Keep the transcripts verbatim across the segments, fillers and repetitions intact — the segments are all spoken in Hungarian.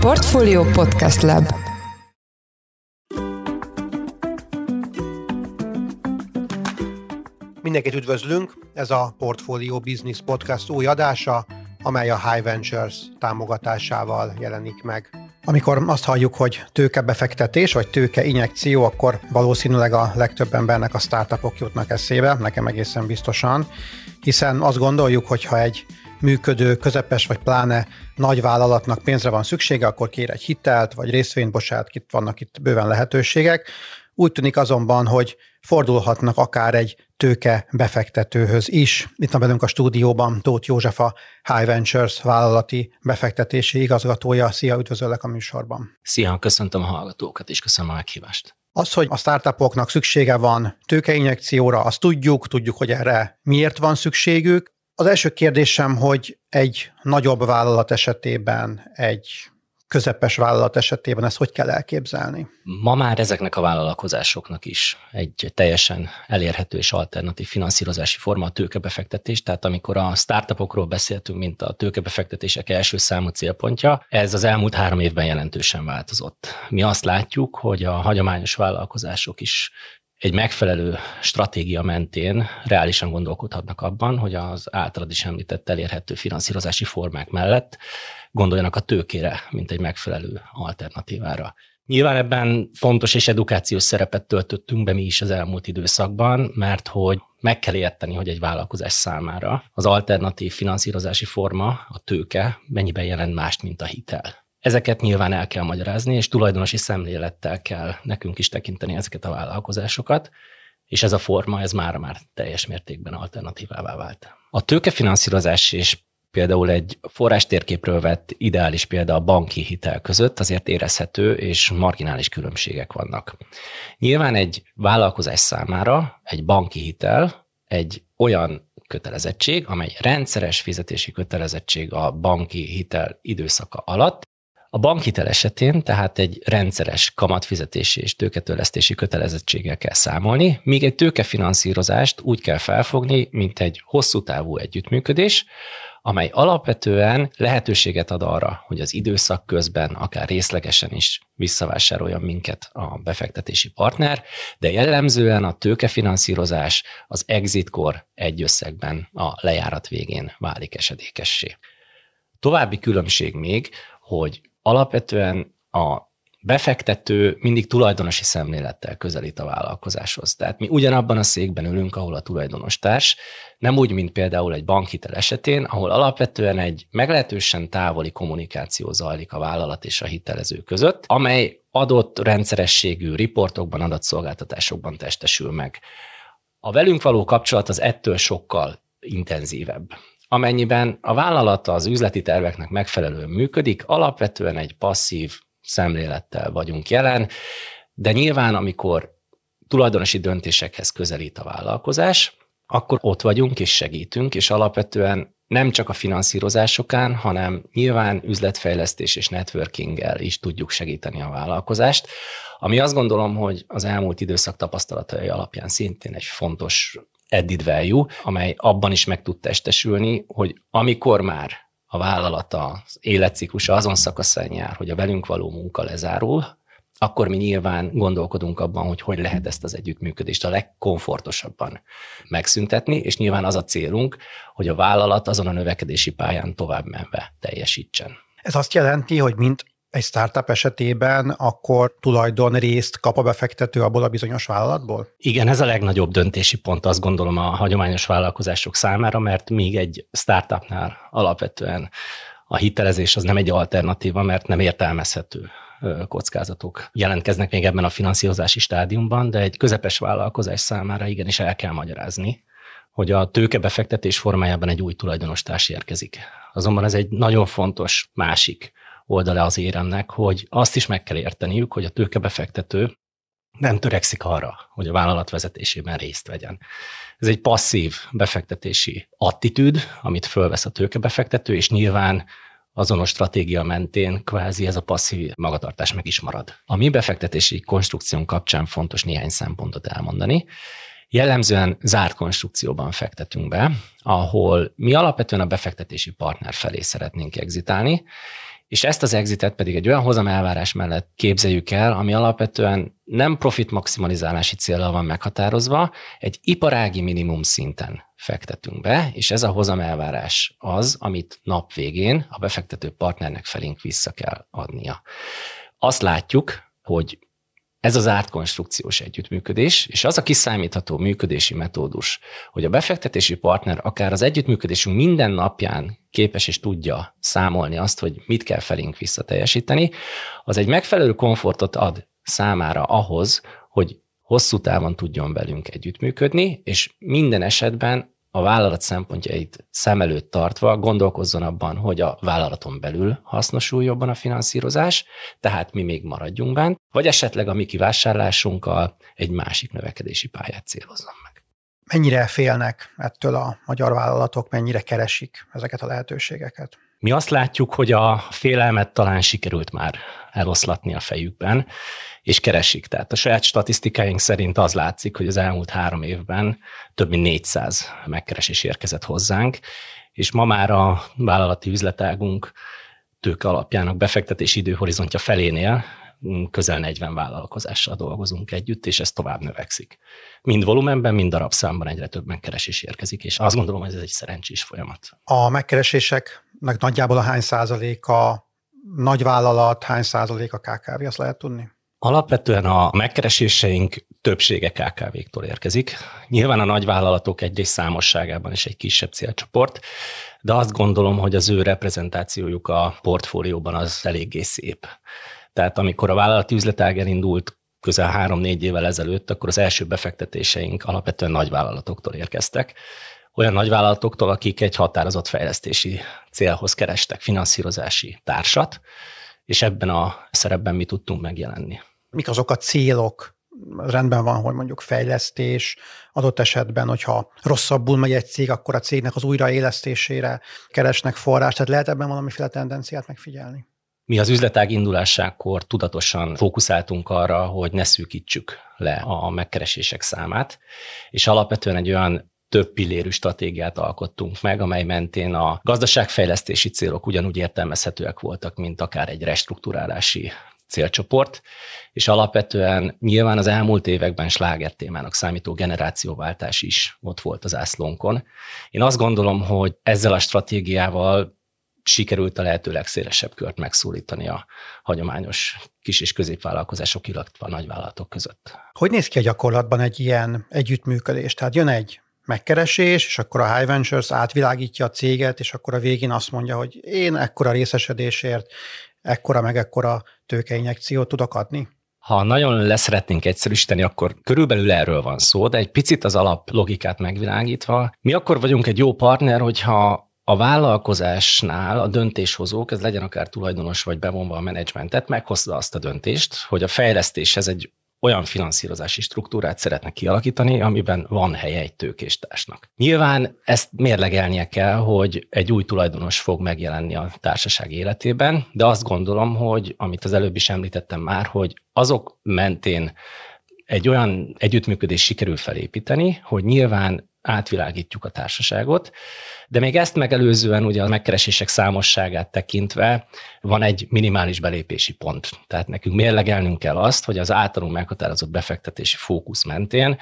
Portfolio Podcast Lab. Mindenkit üdvözlünk, ez a Portfolio Business Podcast új adása, amely a High Ventures támogatásával jelenik meg. Amikor azt halljuk, hogy tőkebefektetés vagy tőkeinjekció, akkor valószínűleg a legtöbb embernek a startupok jutnak eszébe, nekem egészen biztosan, hiszen azt gondoljuk, hogy ha egy működő, közepes vagy pláne nagy vállalatnak pénzre van szüksége, akkor kér egy hitelt, vagy részvényt bocsát, itt vannak itt bőven lehetőségek. Úgy tűnik azonban, hogy fordulhatnak akár egy tőke befektetőhöz is. Itt van velünk a stúdióban Tóth József, a High Ventures vállalati befektetési igazgatója. Szia, üdvözöllek a műsorban. Szia, köszöntöm a hallgatókat, és köszönöm a meghívást. Az, hogy a startupoknak szüksége van tőkeinjekcióra, azt tudjuk, tudjuk, hogy erre miért van szükségük. Az első kérdésem, hogy egy nagyobb vállalat esetében, egy közepes vállalat esetében ezt hogy kell elképzelni? Ma már ezeknek a vállalkozásoknak is egy teljesen elérhető és alternatív finanszírozási forma a tőkebefektetés, tehát amikor a startupokról beszéltünk, mint a tőkebefektetések első számú célpontja, ez az elmúlt három évben jelentősen változott. Mi azt látjuk, hogy a hagyományos vállalkozások is egy megfelelő stratégia mentén reálisan gondolkodhatnak abban, hogy az általad is említett elérhető finanszírozási formák mellett gondoljanak a tőkére, mint egy megfelelő alternatívára. Nyilván ebben fontos és edukációs szerepet töltöttünk be mi is az elmúlt időszakban, mert hogy meg kell érteni, hogy egy vállalkozás számára az alternatív finanszírozási forma, a tőke mennyiben jelent mást, mint a hitel. Ezeket nyilván el kell magyarázni, és tulajdonosi szemlélettel kell nekünk is tekinteni ezeket a vállalkozásokat, és ez a forma, ez mára már teljes mértékben alternatívává vált. A tőkefinanszírozás és például egy forrástérképről vett ideális példa a banki hitel között azért érezhető és marginális különbségek vannak. Nyilván egy vállalkozás számára egy banki hitel egy olyan kötelezettség, amely rendszeres fizetési kötelezettség a banki hitel időszaka alatt. A bankhitel esetén tehát egy rendszeres kamatfizetési és tőketörlesztési kötelezettséggel kell számolni, míg egy tőkefinanszírozást úgy kell felfogni, mint egy hosszú távú együttműködés, amely alapvetően lehetőséget ad arra, hogy az időszak közben akár részlegesen is visszavásároljon minket a befektetési partner, de jellemzően a tőkefinanszírozás az exitkor egy összegben a lejárat végén válik esedékessé. További különbség még, hogy alapvetően a befektető mindig tulajdonosi szemlélettel közelít a vállalkozáshoz. Tehát mi ugyanabban a székben ülünk, ahol a tulajdonostárs, nem úgy, mint például egy bankhitel esetén, ahol alapvetően egy meglehetősen távoli kommunikáció zajlik a vállalat és a hitelező között, amely adott rendszerességű riportokban, adatszolgáltatásokban testesül meg. A velünk való kapcsolat az ettől sokkal intenzívebb. Amennyiben a vállalata az üzleti terveknek megfelelően működik, alapvetően egy passzív szemlélettel vagyunk jelen, de nyilván, amikor tulajdonosi döntésekhez közelít a vállalkozás, akkor ott vagyunk és segítünk, és alapvetően nem csak a finanszírozásokán, hanem nyilván üzletfejlesztés és networkinggel is tudjuk segíteni a vállalkozást, ami azt gondolom, hogy az elmúlt időszak tapasztalatai alapján szintén egy fontos added value, amely abban is meg tud testesülni, hogy amikor már a vállalata, az életciklusa azon szakaszán jár, hogy a velünk való munka lezárul, akkor mi nyilván gondolkodunk abban, hogy hogy lehet ezt az együttműködést a legkomfortosabban megszüntetni, és nyilván az a célunk, hogy a vállalat azon a növekedési pályán tovább menve teljesítsen. Ez azt jelenti, hogy mint egy startup esetében akkor tulajdonrészt kap a befektető abból a bizonyos vállalatból? Igen, ez a legnagyobb döntési pont, azt gondolom, a hagyományos vállalkozások számára, mert még egy startupnál alapvetően a hitelezés az nem egy alternatíva, mert nem értelmezhető kockázatok jelentkeznek még ebben a finanszírozási stádiumban, de egy közepes vállalkozás számára igenis el kell magyarázni, hogy a tőkebefektetés formájában egy új tulajdonostárs érkezik. Azonban ez egy nagyon fontos másik oldala az éremnek, hogy azt is meg kell érteniük, hogy a tőkebefektető nem törekszik arra, hogy a vállalat vezetésében részt vegyen. Ez egy passzív befektetési attitűd, amit fölvesz a tőkebefektető, és nyilván azonos stratégia mentén kvázi ez a passzív magatartás meg is marad. A mi befektetési konstrukción kapcsán fontos néhány szempontot elmondani. Jellemzően zárt konstrukcióban fektetünk be, ahol mi alapvetően a befektetési partner felé szeretnénk exitálni, És ezt az exitet pedig egy olyan hozamelvárás mellett képzeljük el, ami alapvetően nem profit maximalizálási céllal van meghatározva, egy iparági minimum szinten fektetünk be, és ez a hozamelvárás az, amit nap végén a befektető partnernek felénk vissza kell adnia. Azt látjuk, hogy ez az ártkonstrukciós együttműködés, és az a kiszámítható működési metódus, hogy a befektetési partner akár az együttműködésünk minden napján képes és tudja számolni azt, hogy mit kell felénk visszateljesíteni, az egy megfelelő komfortot ad számára ahhoz, hogy hosszú távon tudjon velünk együttműködni, és minden esetben a vállalat szempontjait szem előtt tartva gondolkozzon abban, hogy a vállalaton belül hasznosul jobban a finanszírozás, tehát mi még maradjunk bent, vagy esetleg a mi kivásárlásunkkal egy másik növekedési pályát célozzon meg. Mennyire félnek ettől a magyar vállalatok, mennyire keresik ezeket a lehetőségeket? Mi azt látjuk, hogy a félelmet talán sikerült már eloszlatni a fejükben, és keresik. Tehát a saját statisztikáink szerint az látszik, hogy az elmúlt három évben több mint négyszáz megkeresés érkezett hozzánk, és ma már a vállalati üzletágunk tőke alapjának befektetési időhorizontja felénél közel negyven vállalkozással dolgozunk együtt, és ez tovább növekszik. Mind volumenben, mind darabszámban egyre több megkeresés érkezik, és azt gondolom, hogy ez egy szerencsés folyamat. A megkereséseknek nagyjából a hány százaléka nagyvállalat, hány százaléka ká ká vé, azt lehet tudni? Alapvetően a megkereséseink többsége ká ká véktől érkezik. Nyilván a nagyvállalatok egyrészt számosságában is egy kisebb célcsoport, de azt gondolom, hogy az ő reprezentációjuk a portfólióban az eléggé szép. Tehát amikor a vállalati üzletág elindult közel három-négy évvel ezelőtt, akkor az első befektetéseink alapvetően nagyvállalatoktól érkeztek. Olyan nagyvállalatoktól, akik egy határozott fejlesztési célhoz kerestek finanszírozási társat, és ebben a szerepben mi tudtunk megjelenni. Mik azok a célok? Rendben van, hogy mondjuk fejlesztés, adott esetben, hogyha rosszabbul megy egy cég, akkor a cégnek az újraélesztésére keresnek forrást, tehát lehet ebben valamiféle tendenciát megfigyelni? Mi az üzletág indulásakor tudatosan fókuszáltunk arra, hogy ne szűkítsük le a megkeresések számát, és alapvetően egy olyan több pillérű stratégiát alkottunk meg, amely mentén a gazdaságfejlesztési célok ugyanúgy értelmezhetőek voltak, mint akár egy restrukturálási célcsoport, és alapvetően nyilván az elmúlt években sláger témának számító generációváltás is ott volt az ászlónkon. Én azt gondolom, hogy ezzel a stratégiával sikerült a lehető legszélesebb kört megszólítani a hagyományos kis- és középvállalkozások, illetve a nagyvállalatok között. Hogy néz ki a gyakorlatban egy ilyen együttműködés? Tehát jön egy megkeresés, és akkor a High Ventures átvilágítja a céget, és akkor a végén azt mondja, hogy én ekkora részesedésért, ekkora meg ekkora tőkeinjekciót tudok adni? Ha nagyon leszeretnénk egyszerűsíteni, akkor körülbelül erről van szó, de egy picit az alaplogikát megvilágítva, mi akkor vagyunk egy jó partner, hogyha a vállalkozásnál a döntéshozók, ez legyen akár tulajdonos vagy bevonva a menedzsmentet, meghozza azt a döntést, hogy a fejlesztéshez egy olyan finanszírozási struktúrát szeretne kialakítani, amiben van helye egy tőkéstársnak. Nyilván ezt mérlegelnie kell, hogy egy új tulajdonos fog megjelenni a társaság életében, de azt gondolom, hogy amit az előbb is említettem már, hogy azok mentén egy olyan együttműködés sikerül felépíteni, hogy nyilván átvilágítjuk a társaságot, de még ezt megelőzően ugye a megkeresések számosságát tekintve van egy minimális belépési pont. Tehát nekünk mérlegelnünk kell azt, hogy az általunk meghatározott befektetési fókusz mentén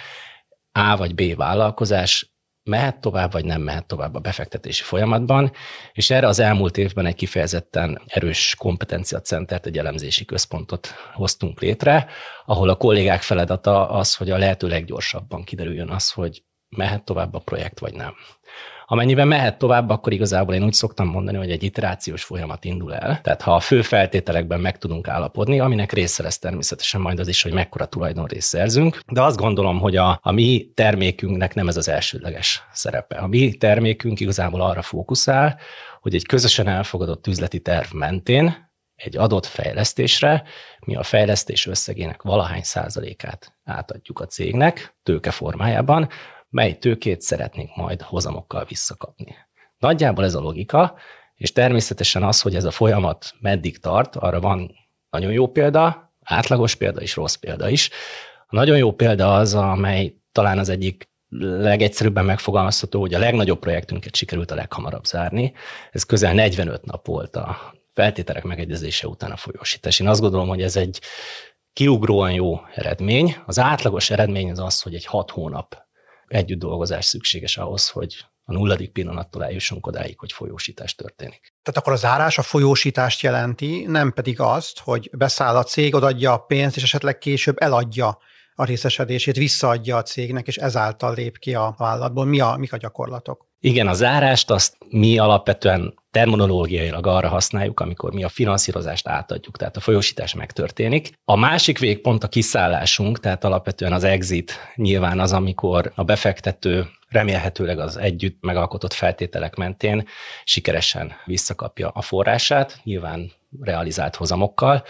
A vagy B vállalkozás mehet tovább, vagy nem mehet tovább a befektetési folyamatban, és erre az elmúlt évben egy kifejezetten erős kompetenciacentert, egy elemzési központot hoztunk létre, ahol a kollégák feladata az, hogy a lehető leggyorsabban kiderüljön az, hogy mehet tovább a projekt, vagy nem. Amennyiben mehet tovább, akkor igazából én úgy szoktam mondani, hogy egy iterációs folyamat indul el. Tehát ha a fő feltételekben meg tudunk állapodni, aminek része lesz természetesen majd az is, hogy mekkora tulajdonrészt szerzünk, de azt gondolom, hogy a, a mi termékünknek nem ez az elsődleges szerepe. A mi termékünk igazából arra fókuszál, hogy egy közösen elfogadott üzleti terv mentén egy adott fejlesztésre mi a fejlesztés összegének valahány százalékát átadjuk a cégnek tőke formájában, mely tőkét szeretnénk majd hozamokkal visszakapni. Nagyjából ez a logika, és természetesen az, hogy ez a folyamat meddig tart, arra van nagyon jó példa, átlagos példa és rossz példa is. A nagyon jó példa az, amely talán az egyik legegyszerűbben megfogalmazható, hogy a legnagyobb projektünket sikerült a leghamarabb zárni. Ez közel negyvenöt nap volt a feltételek megegyezése után a folyósítás. Én azt gondolom, hogy ez egy kiugróan jó eredmény. Az átlagos eredmény az az, hogy egy hat hónap együtt dolgozás szükséges ahhoz, hogy a nulladik pillanattól eljussunk odáig, hogy folyósítás történik. Tehát akkor a zárás a folyósítást jelenti, nem pedig azt, hogy beszáll a cég, odaadja a pénzt, és esetleg később eladja a részesedését, visszaadja a cégnek, és ezáltal lép ki a vállalatból. Mi a, mik a gyakorlatok? Igen, a zárást azt mi alapvetően terminológiailag arra használjuk, amikor mi a finanszírozást átadjuk, tehát a folyósítás megtörténik. A másik végpont a kiszállásunk, tehát alapvetően az exit nyilván az, amikor a befektető remélhetőleg az együtt megalkotott feltételek mentén sikeresen visszakapja a forrását, nyilván realizált hozamokkal.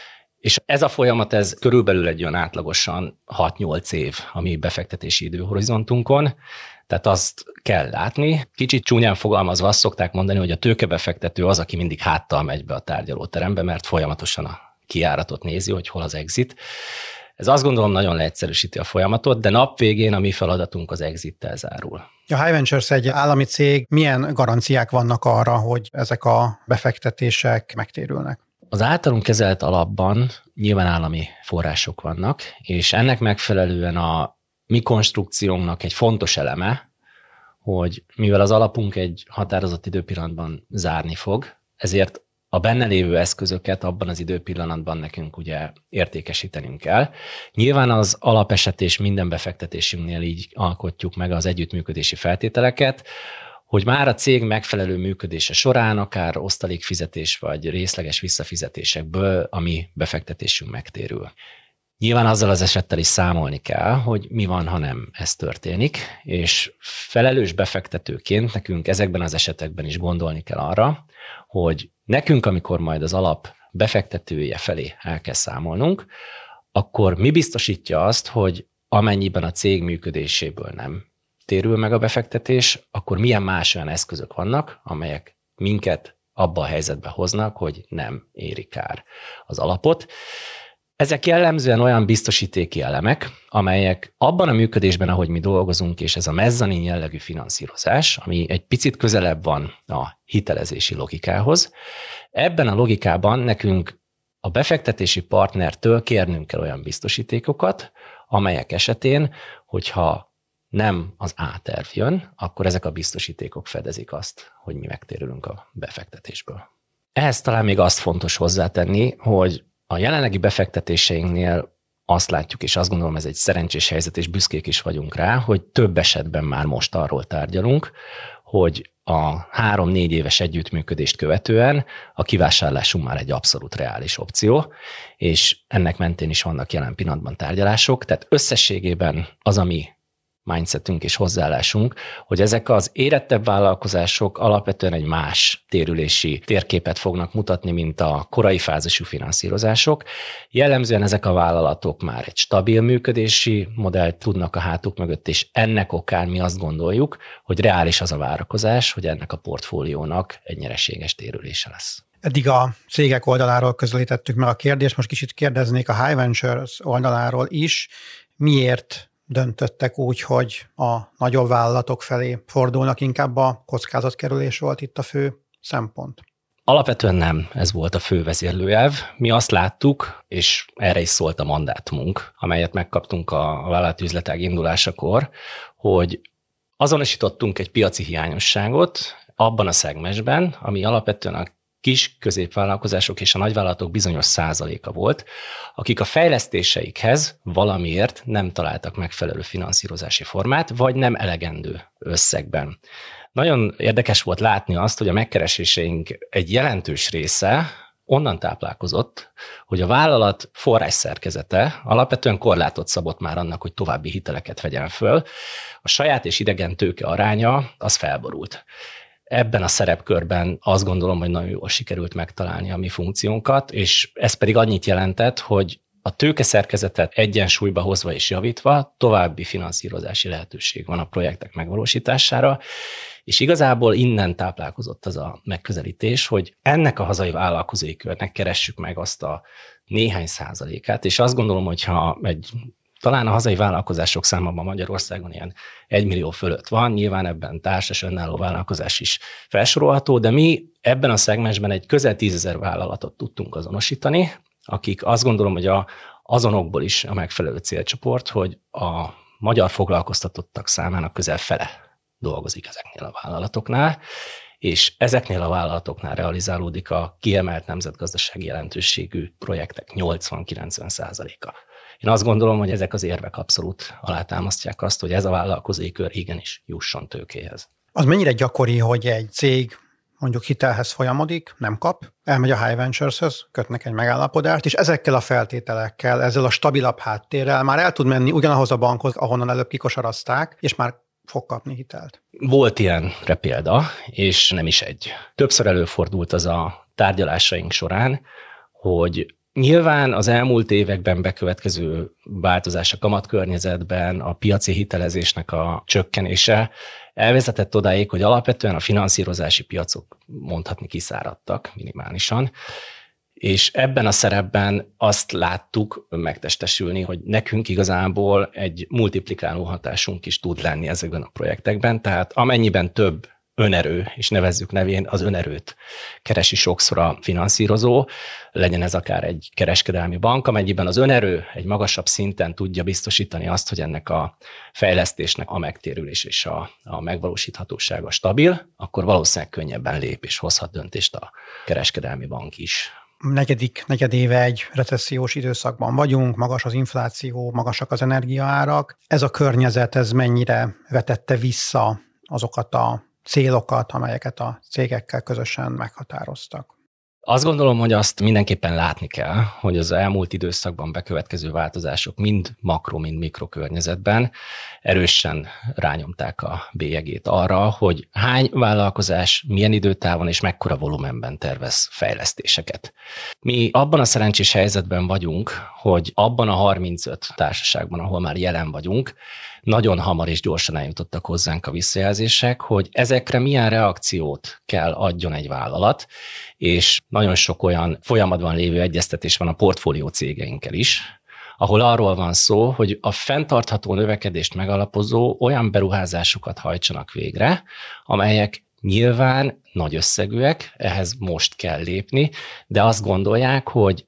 És ez a folyamat, ez körülbelül egy olyan átlagosan hat-nyolc év a mi befektetési időhorizontunkon, tehát azt kell látni. Kicsit csúnyán fogalmazva azt szokták mondani, hogy a tőkebefektető az, aki mindig háttal megy be a tárgyalóterembe, mert folyamatosan a kijáratot nézi, hogy hol az exit. Ez azt gondolom nagyon leegyszerűsíti a folyamatot, de nap végén a mi feladatunk az exittel zárul. A High Ventures egy állami cég, milyen garanciák vannak arra, hogy ezek a befektetések megtérülnek? Az általunk kezelt alapban nyilván állami források vannak, és ennek megfelelően a mi konstrukciónknak egy fontos eleme, hogy mivel az alapunk egy határozott időpillanatban zárni fog, ezért a benne lévő eszközöket abban az időpillanatban nekünk ugye értékesítenünk kell. Nyilván az alapeset és minden befektetésünknél így alkotjuk meg az együttműködési feltételeket, hogy már a cég megfelelő működése során akár osztalékfizetés vagy részleges visszafizetésekből a mi befektetésünk megtérül. Nyilván azzal az esettel is számolni kell, hogy mi van, ha nem ez történik, és felelős befektetőként nekünk ezekben az esetekben is gondolni kell arra, hogy nekünk, amikor majd az alap befektetője felé el kell számolnunk, akkor mi biztosítja azt, hogy amennyiben a cég működéséből nem térül meg a befektetés, akkor milyen más olyan eszközök vannak, amelyek minket abba a helyzetbe hoznak, hogy nem éri kár az alapot. Ezek jellemzően olyan biztosítéki elemek, amelyek abban a működésben, ahogy mi dolgozunk, és ez a mezzanin jellegű finanszírozás, ami egy picit közelebb van a hitelezési logikához, ebben a logikában nekünk a befektetési partnertől kérnünk kell olyan biztosítékokat, amelyek esetén, hogyha nem az A-terv jön, akkor ezek a biztosítékok fedezik azt, hogy mi megtérülünk a befektetésből. Ehhez talán még azt fontos hozzátenni, hogy a jelenlegi befektetéseinknél azt látjuk, és azt gondolom ez egy szerencsés helyzet, és büszkék is vagyunk rá, hogy több esetben már most arról tárgyalunk, hogy a három-négy éves együttműködést követően a kivásárlásunk már egy abszolút reális opció, és ennek mentén is vannak jelen pillanatban tárgyalások, tehát összességében az, ami mindsetünk és hozzáállásunk, hogy ezek az érettebb vállalkozások alapvetően egy más térülési térképet fognak mutatni, mint a korai fázisú finanszírozások. Jellemzően ezek a vállalatok már egy stabil működési modellt tudnak a hátuk mögött, és ennek okán mi azt gondoljuk, hogy reális az a várakozás, hogy ennek a portfóliónak egy nyereséges térülése lesz. Eddig a cégek oldaláról közelítettük meg a kérdést, most kicsit kérdeznék a High Ventures oldaláról is. Miért döntöttek úgy, hogy a nagyobb vállalatok felé fordulnak, inkább a kockázatkerülés volt itt a fő szempont? Alapvetően nem ez volt a fő vezérlőelv. Mi azt láttuk, és erre is szólt a mandátumunk, amelyet megkaptunk a vállalati üzletág indulásakor, hogy azonosítottunk egy piaci hiányosságot abban a szegmensben, ami alapvetően a kis középvállalkozások és a nagyvállalatok bizonyos százaléka volt, akik a fejlesztéseikhez valamiért nem találtak megfelelő finanszírozási formát, vagy nem elegendő összegben. Nagyon érdekes volt látni azt, hogy a megkereséseink egy jelentős része onnan táplálkozott, hogy a vállalat forrásszerkezete alapvetően korlátot szabott már annak, hogy további hiteleket vegyen föl. A saját és idegen tőke aránya az felborult. Ebben a szerepkörben azt gondolom, hogy nagyon jól sikerült megtalálni a mi funkciónkat, és ez pedig annyit jelentett, hogy a tőkeszerkezetet egyensúlyba hozva és javítva további finanszírozási lehetőség van a projektek megvalósítására, és igazából innen táplálkozott az a megközelítés, hogy ennek a hazai vállalkozói körnek keressük meg azt a néhány százalékát, és azt gondolom, hogy ha egy talán a hazai vállalkozások számában Magyarországon ilyen egy millió fölött van, nyilván ebben társas önálló vállalkozás is felsorolható, de mi ebben a szegmensben egy közel tízezer vállalatot tudtunk azonosítani, akik azt gondolom, hogy a, azonokból is a megfelelő célcsoport, hogy a magyar foglalkoztatottak számának közel fele dolgozik ezeknél a vállalatoknál, és ezeknél a vállalatoknál realizálódik a kiemelt nemzetgazdasági jelentőségű projektek nyolcvan-kilencven százaléka. Én azt gondolom, hogy ezek az érvek abszolút alátámasztják azt, hogy ez a vállalkozói kör igenis jusson tőkéhez. Az mennyire gyakori, hogy egy cég mondjuk hitelhez folyamodik, nem kap, elmegy a High Ventures-höz, kötnek egy megállapodást, és ezekkel a feltételekkel, ezzel a stabilabb háttérrel már el tud menni ugyanahoz a bankhoz, ahonnan előbb kikosarazták, és már fog kapni hitelt. Volt ilyenre példa, és nem is egy. Többször előfordult az a tárgyalásaink során, hogy nyilván az elmúlt években bekövetkező változás a kamatkörnyezetben, a piaci hitelezésnek a csökkenése elvezetett odáig, hogy alapvetően a finanszírozási piacok mondhatni kiszáradtak minimálisan, és ebben a szerepben azt láttuk megtestesülni, hogy nekünk igazából egy multiplikáló hatásunk is tud lenni ezekben a projektekben, tehát amennyiben több önerő, és nevezzük nevén az önerőt keresi sokszor a finanszírozó, legyen ez akár egy kereskedelmi bank, amennyiben az önerő egy magasabb szinten tudja biztosítani azt, hogy ennek a fejlesztésnek a megtérülés és a, a megvalósíthatósága stabil, akkor valószínűleg könnyebben lép és hozhat döntést a kereskedelmi bank is. Negyedik, negyedéve egy recessziós időszakban vagyunk, magas az infláció, magasak az energiaárak. Ez a környezet, ez mennyire vetette vissza azokat a célokat, amelyeket a cégekkel közösen meghatároztak? Azt gondolom, hogy azt mindenképpen látni kell, hogy az elmúlt időszakban bekövetkező változások mind makro, mind mikro környezetben erősen rányomták a bélyegét arra, hogy hány vállalkozás milyen időtávon és mekkora volumenben tervez fejlesztéseket. Mi abban a szerencsés helyzetben vagyunk, hogy abban a harmincöt társaságban, ahol már jelen vagyunk, nagyon hamar és gyorsan eljutottak hozzánk a visszajelzések, hogy ezekre milyen reakciót kell adjon egy vállalat, és nagyon sok olyan folyamatban lévő egyeztetés van a portfólió cégeinkkel is, ahol arról van szó, hogy a fenntartható növekedést megalapozó olyan beruházásokat hajtsanak végre, amelyek nyilván nagy összegűek, ehhez most kell lépni, de azt gondolják, hogy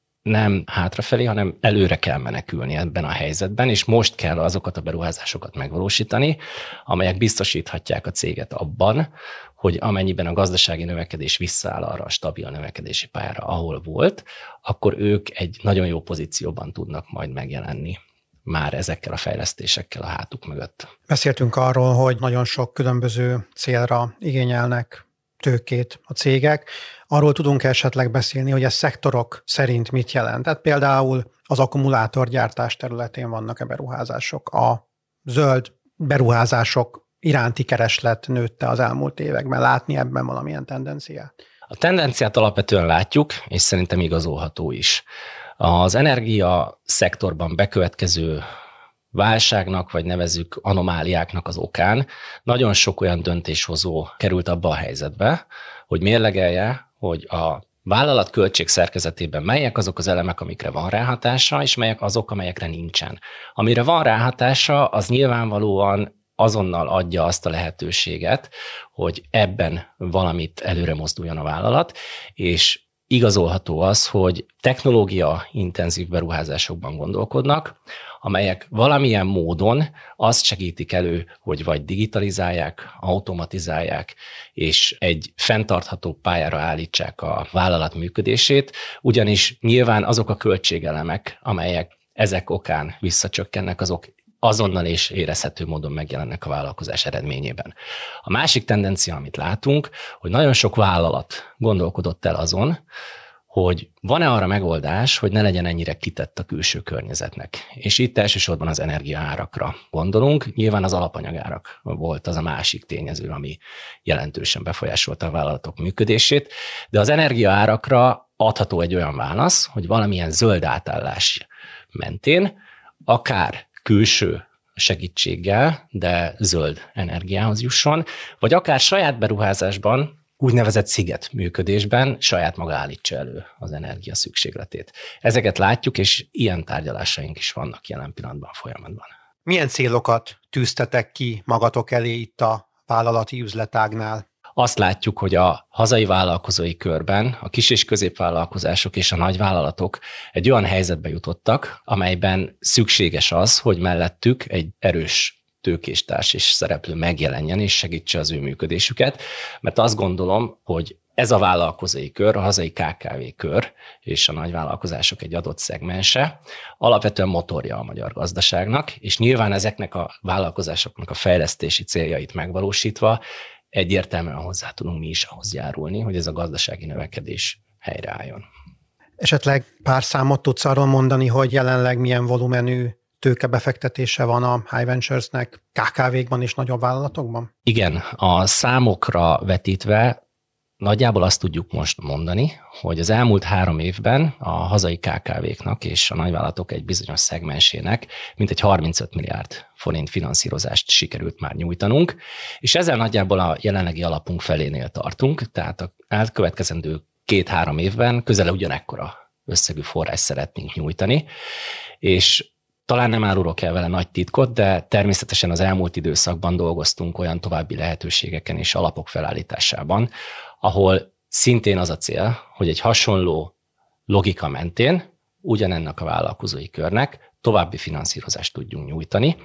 nem hátrafelé, hanem előre kell menekülni ebben a helyzetben, és most kell azokat a beruházásokat megvalósítani, amelyek biztosíthatják a céget abban, hogy amennyiben a gazdasági növekedés visszaáll arra a stabil növekedési pályára, ahol volt, akkor ők egy nagyon jó pozícióban tudnak majd megjelenni már ezekkel a fejlesztésekkel a hátuk mögött. Beszéltünk arról, hogy nagyon sok különböző célra igényelnek tőkét a cégek. Arról tudunk esetleg beszélni, hogy ez szektorok szerint mit jelent. Tehát például az akkumulátorgyártás területén vannak-e beruházások, a zöld beruházások iránti kereslet nőtte az elmúlt években. Látni ebben valamilyen tendenciát? A tendenciát alapvetően látjuk, és szerintem igazolható is. Az energia szektorban bekövetkező válságnak, vagy nevezzük anomáliáknak az okán nagyon sok olyan döntéshozó került abba a helyzetbe, hogy mérlegelje, hogy a vállalat költség szerkezetében melyek azok az elemek, amikre van ráhatása, és melyek azok, amelyekre nincsen. Amire van ráhatása, az nyilvánvalóan azonnal adja azt a lehetőséget, hogy ebben valamit előre mozduljon a vállalat, és igazolható az, hogy technológia intenzív beruházásokban gondolkodnak, amelyek valamilyen módon azt segítik elő, hogy vagy digitalizálják, automatizálják, és egy fenntartható pályára állítsák a vállalat működését, ugyanis nyilván azok a költségelemek, amelyek ezek okán visszacsökkennek, azok azonnal és érezhető módon megjelennek a vállalkozás eredményében. A másik tendencia, amit látunk, hogy nagyon sok vállalat gondolkodott el azon, hogy van-e arra megoldás, hogy ne legyen ennyire kitett a külső környezetnek. És itt elsősorban az energiaárakra gondolunk. Nyilván az alapanyagárak volt az a másik tényező, ami jelentősen befolyásolta a vállalatok működését, de az energiaárakra adható egy olyan válasz, hogy valamilyen zöld átállás mentén, akár külső segítséggel, de zöld energiához jusson, vagy akár saját beruházásban úgynevezett sziget működésben saját maga állítsa elő az energia szükségletét. Ezeket látjuk, és ilyen tárgyalásaink is vannak jelen pillanatban folyamatban. Milyen célokat tűztetek ki magatok elé itt a vállalati üzletágnál? Azt látjuk, hogy a hazai vállalkozói körben a kis- és középvállalkozások és a nagyvállalatok egy olyan helyzetbe jutottak, amelyben szükséges az, hogy mellettük egy erős tőkéstárs és szereplő megjelenjen és segítse az ő működésüket, mert azt gondolom, hogy ez a vállalkozói kör, a hazai ká ká vé kör és a nagyvállalkozások egy adott szegmense alapvetően motorja a magyar gazdaságnak, és nyilván ezeknek a vállalkozásoknak a fejlesztési céljait megvalósítva egyértelműen hozzá tudunk mi is ahhoz járulni, hogy ez a gazdasági növekedés helyreálljon. Esetleg pár számot tudsz arról mondani, hogy jelenleg milyen volumenű tőkebefektetése van a High Ventures-nek ká ká vékban és nagyobb vállalatokban? Igen, a számokra vetítve nagyjából azt tudjuk most mondani, hogy az elmúlt három évben a hazai ká ká véknak és a nagyvállalatok egy bizonyos szegmensének mintegy harmincöt milliárd forint finanszírozást sikerült már nyújtanunk, és ezzel nagyjából a jelenlegi alapunk felénél tartunk, tehát a elkövetkezendő két-három évben közel ugyanekkora összegű forrás szeretnénk nyújtani, és talán nem árulok el vele nagy titkot, de természetesen az elmúlt időszakban dolgoztunk olyan további lehetőségeken és alapok felállításában, ahol szintén az a cél, hogy egy hasonló logika mentén ugyanennek a vállalkozói körnek további finanszírozást tudjunk nyújtani,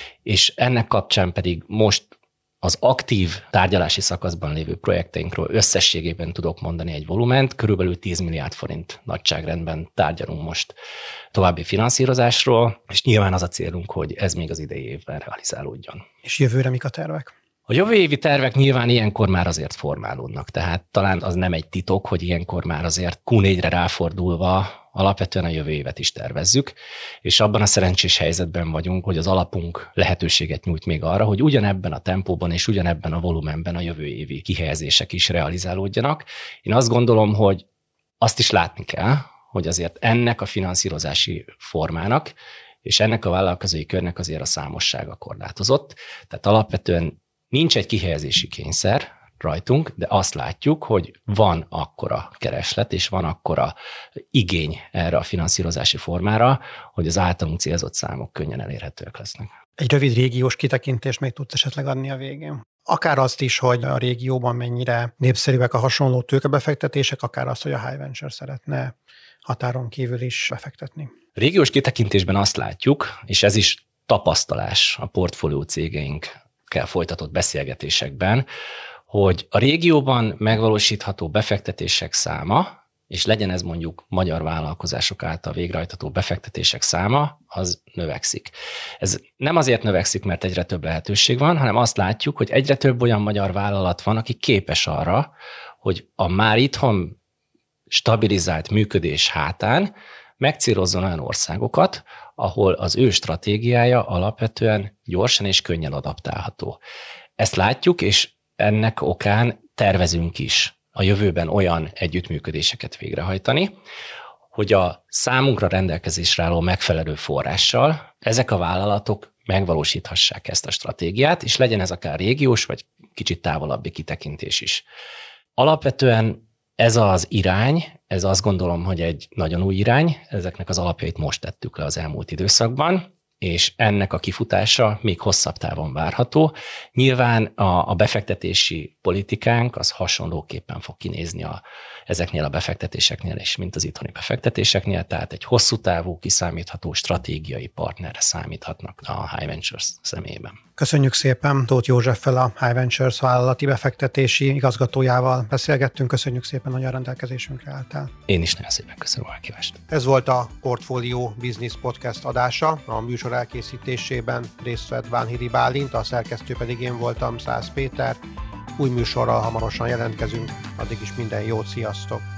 és ennek kapcsán pedig most az aktív tárgyalási szakaszban lévő projekteinkről összességében tudok mondani egy volument, körülbelül tíz milliárd forint nagyságrendben tárgyalunk most további finanszírozásról, és nyilván az a célunk, hogy ez még az idei évben realizálódjon. És jövőre mik a tervek? A jövő évi tervek nyilván ilyenkor már azért formálódnak, tehát talán az nem egy titok, hogy ilyenkor már azért kú négyre ráfordulva alapvetően a jövő évet is tervezzük, és abban a szerencsés helyzetben vagyunk, hogy az alapunk lehetőséget nyújt még arra, hogy ugyanebben a tempóban és ugyanebben a volumenben a jövő évi kihelyezések is realizálódjanak. Én azt gondolom, hogy azt is látni kell, hogy azért ennek a finanszírozási formának és ennek a vállalkozói körnek azért a számossága korlátozott, tehát alapvetően nincs egy kihelyezési kényszer rajtunk, de azt látjuk, hogy van akkora kereslet, és van akkora igény erre a finanszírozási formára, hogy az általunk célzott számok könnyen elérhetőek lesznek. Egy rövid régiós kitekintést még tudsz esetleg adni a végén? Akár azt is, hogy a régióban mennyire népszerűek a hasonló tőkebefektetések, akár azt, hogy a High Venture szeretne határon kívül is befektetni. A régiós kitekintésben azt látjuk, és ez is tapasztalás a portfólió cégeinkkel folytatott beszélgetésekben, hogy a régióban megvalósítható befektetések száma, és legyen ez mondjuk magyar vállalkozások által végrehajtható befektetések száma, az növekszik. Ez nem azért növekszik, mert egyre több lehetőség van, hanem azt látjuk, hogy egyre több olyan magyar vállalat van, aki képes arra, hogy a már itthon stabilizált működés hátán megcélozzon olyan országokat, ahol az ő stratégiája alapvetően gyorsan és könnyen adaptálható. Ezt látjuk, és ennek okán tervezünk is a jövőben olyan együttműködéseket végrehajtani, hogy a számunkra rendelkezésre álló megfelelő forrással ezek a vállalatok megvalósíthassák ezt a stratégiát, és legyen ez akár régiós, vagy kicsit távolabbi kitekintés is. Alapvetően ez az irány, ez azt gondolom, hogy egy nagyon új irány, ezeknek az alapjait most tettük le az elmúlt időszakban, és ennek a kifutása még hosszabb távon várható. Nyilván a, a befektetési politikánk az hasonlóképpen fog kinézni a, ezeknél a befektetéseknél is, mint az itthoni befektetéseknél, tehát egy hosszú távú, kiszámítható stratégiai partnerre számíthatnak a High Ventures személyében. Köszönjük szépen, Tóth Józseffel, a High Ventures vállalati befektetési igazgatójával beszélgettünk. Köszönjük szépen, hogy a rendelkezésünkre álltál. Én is nagyon szépen köszönöm a meghívást. Ez volt a Portfolio Business Podcast adása. A műsor elkészítésében részt vett Vánhidi Bálint, a szerkesztő pedig én voltam, Szász Péter. Új műsorral hamarosan jelentkezünk, addig is minden jót, sziasztok!